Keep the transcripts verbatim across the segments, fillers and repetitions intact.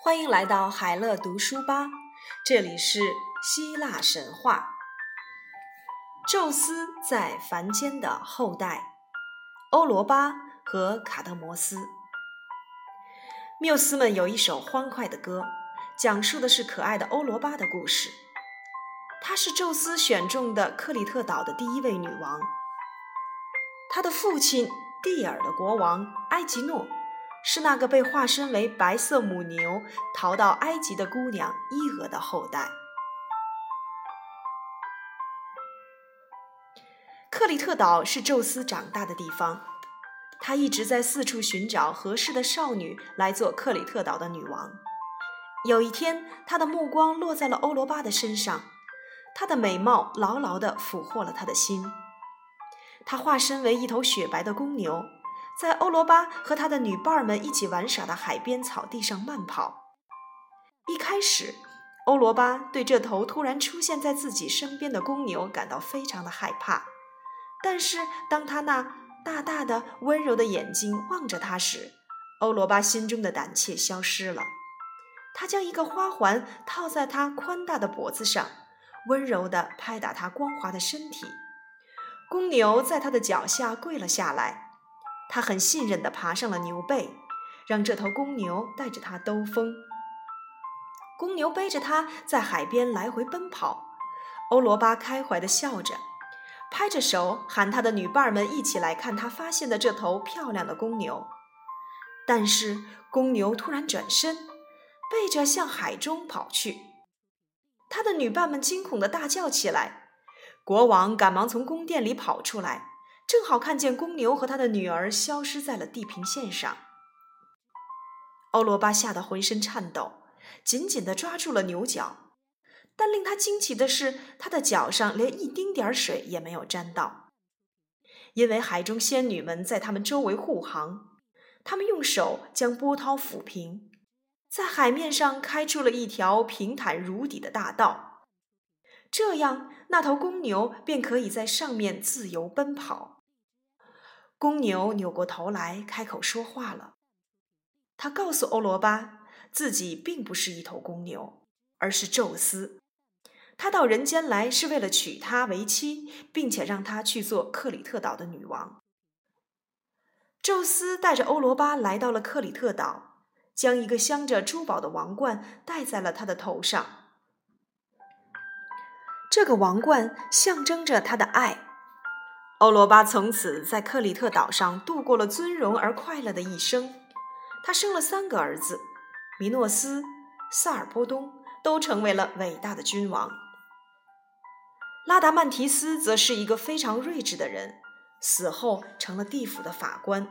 欢迎来到海乐读书吧，这里是希腊神话。宙斯在凡间的后代，欧罗巴和卡德摩斯。缪斯们有一首欢快的歌，讲述的是可爱的欧罗巴的故事。她是宙斯选中的克里特岛的第一位女王。她的父亲蒂尔的国王埃吉诺是那个被化身为白色母牛逃到埃及的姑娘伊俄的后代。克里特岛是宙斯长大的地方，他一直在四处寻找合适的少女来做克里特岛的女王。有一天，他的目光落在了欧罗巴的身上，她的美貌牢牢地俘获了他的心。他化身为一头雪白的公牛，在欧罗巴和他的女伴们一起玩耍的海边草地上慢跑。一开始，欧罗巴对这头突然出现在自己身边的公牛感到非常的害怕，但是当他那大大的温柔的眼睛望着他时，欧罗巴心中的胆怯消失了。他将一个花环套在他宽大的脖子上，温柔地拍打他光滑的身体。公牛在他的脚下跪了下来，他很信任地爬上了牛背，让这头公牛带着他兜风。公牛背着他在海边来回奔跑，欧罗巴开怀地笑着，拍着手喊他的女伴们一起来看他发现的这头漂亮的公牛。但是公牛突然转身，背着向海中跑去。他的女伴们惊恐地大叫起来，国王赶忙从宫殿里跑出来，正好看见公牛和他的女儿消失在了地平线上。欧罗巴吓得浑身颤抖，紧紧地抓住了牛角，但令他惊奇的是，他的脚上连一丁点水也没有沾到，因为海中仙女们在他们周围护航，他们用手将波涛抚平，在海面上开出了一条平坦如底的大道，这样那头公牛便可以在上面自由奔跑。公牛扭过头来开口说话了，他告诉欧罗巴，自己并不是一头公牛，而是宙斯。他到人间来是为了娶她为妻，并且让她去做克里特岛的女王。宙斯带着欧罗巴来到了克里特岛，将一个镶着珠宝的王冠戴在了他的头上。这个王冠象征着他的爱。欧罗巴从此在克里特岛上度过了尊荣而快乐的一生。他生了三个儿子，米诺斯、萨尔波东都成为了伟大的君王。拉达曼提斯则是一个非常睿智的人，死后成了地府的法官。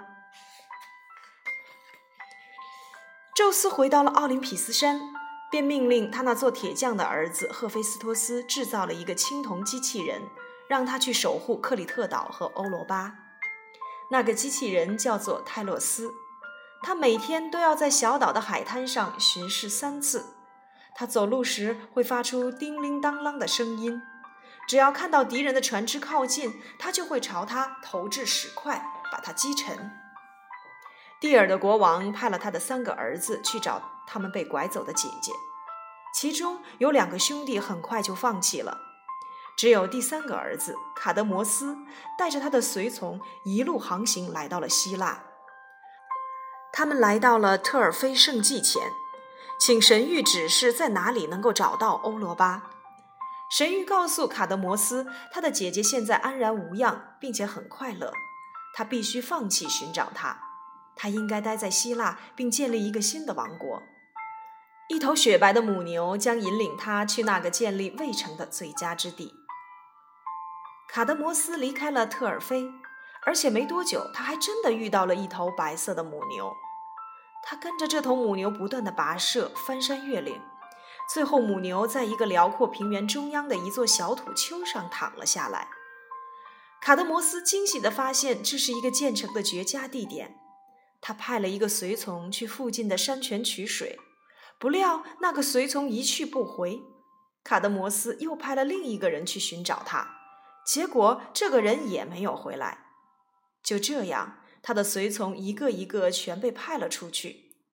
宙斯回到了奥林匹斯山，便命令他那做铁匠的儿子赫菲斯托斯制造了一个青铜机器人，让他去守护克里特岛和欧罗巴。那个机器人叫做泰洛斯，他每天都要在小岛的海滩上巡视三次。他走路时会发出叮铃当啷的声音，只要看到敌人的船只靠近，他就会朝他投掷石块，把它击沉。蒂尔的国王派了他的三个儿子去找他们被拐走的姐姐，其中有两个兄弟很快就放弃了，只有第三个儿子卡德摩斯带着他的随从一路航行来到了希腊。他们来到了特尔菲圣迹前，请神谕指示在哪里能够找到欧罗巴。神谕告诉卡德摩斯，他的姐姐现在安然无恙，并且很快乐，他必须放弃寻找她，他应该待在希腊并建立一个新的王国。一头雪白的母牛将引领他去那个建立卫城的最佳之地。卡德摩斯离开了特尔菲，而且没多久他还真的遇到了一头白色的母牛。他跟着这头母牛不断地跋涉翻山越岭，最后母牛在一个辽阔平原中央的一座小土丘上躺了下来。卡德摩斯惊喜地发现这是一个建成的绝佳地点，他派了一个随从去附近的山泉取水，不料那个随从一去不回。卡德摩斯又派了另一个人去寻找他，结果这个人也没有回来。就这样，他的随从一个一个全被派了出去，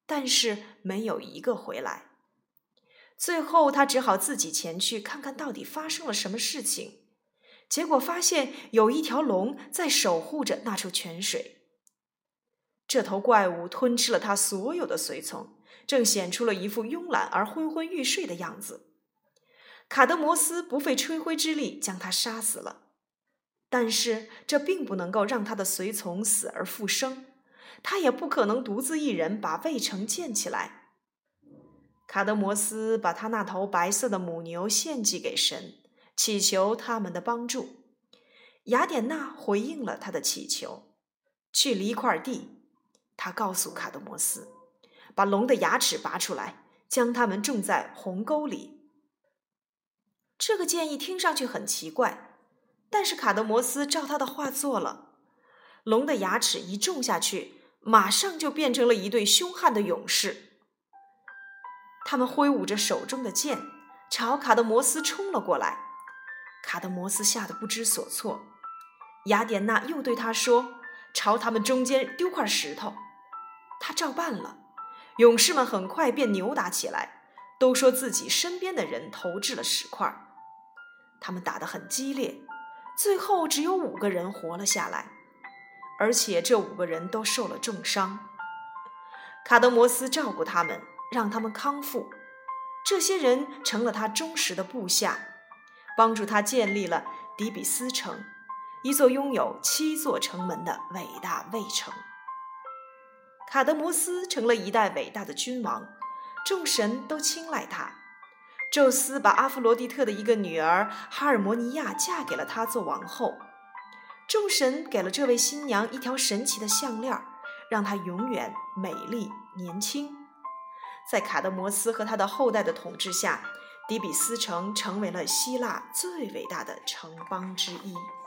但是没有一个回来。最后他只好自己前去看看到底发生了什么事情，结果发现有一条龙在守护着那处泉水。这头怪物吞吃了他所有的随从，正显出了一副慵懒而昏昏欲睡的样子。卡德摩斯不费吹灰之力将他杀死了，但是这并不能够让他的随从死而复生，他也不可能独自一人把卫城建起来。卡德摩斯把他那头白色的母牛献祭给神，祈求他们的帮助。雅典娜回应了他的祈求，去了一块地，他告诉卡德摩斯，把龙的牙齿拔出来，将它们种在鸿沟里。这个建议听上去很奇怪，但是卡德摩斯照他的话做了。龙的牙齿一种下去，马上就变成了一对凶悍的勇士。他们挥舞着手中的剑，朝卡德摩斯冲了过来。卡德摩斯吓得不知所措。雅典娜又对他说，朝他们中间丢块石头。他照办了，勇士们很快便扭打起来，都说自己身边的人投掷了石块。他们打得很激烈，最后只有五个人活了下来，而且这五个人都受了重伤。卡德摩斯照顾他们，让他们康复。这些人成了他忠实的部下，帮助他建立了底比斯城，一座拥有七座城门的伟大卫城。卡德摩斯成了一代伟大的君王，众神都青睐他。宙斯把阿弗罗狄特的一个女儿哈尔摩尼亚嫁给了他做王后。众神给了这位新娘一条神奇的项链，让她永远美丽年轻。在卡德摩斯和他的后代的统治下，底比斯城成为了希腊最伟大的城邦之一。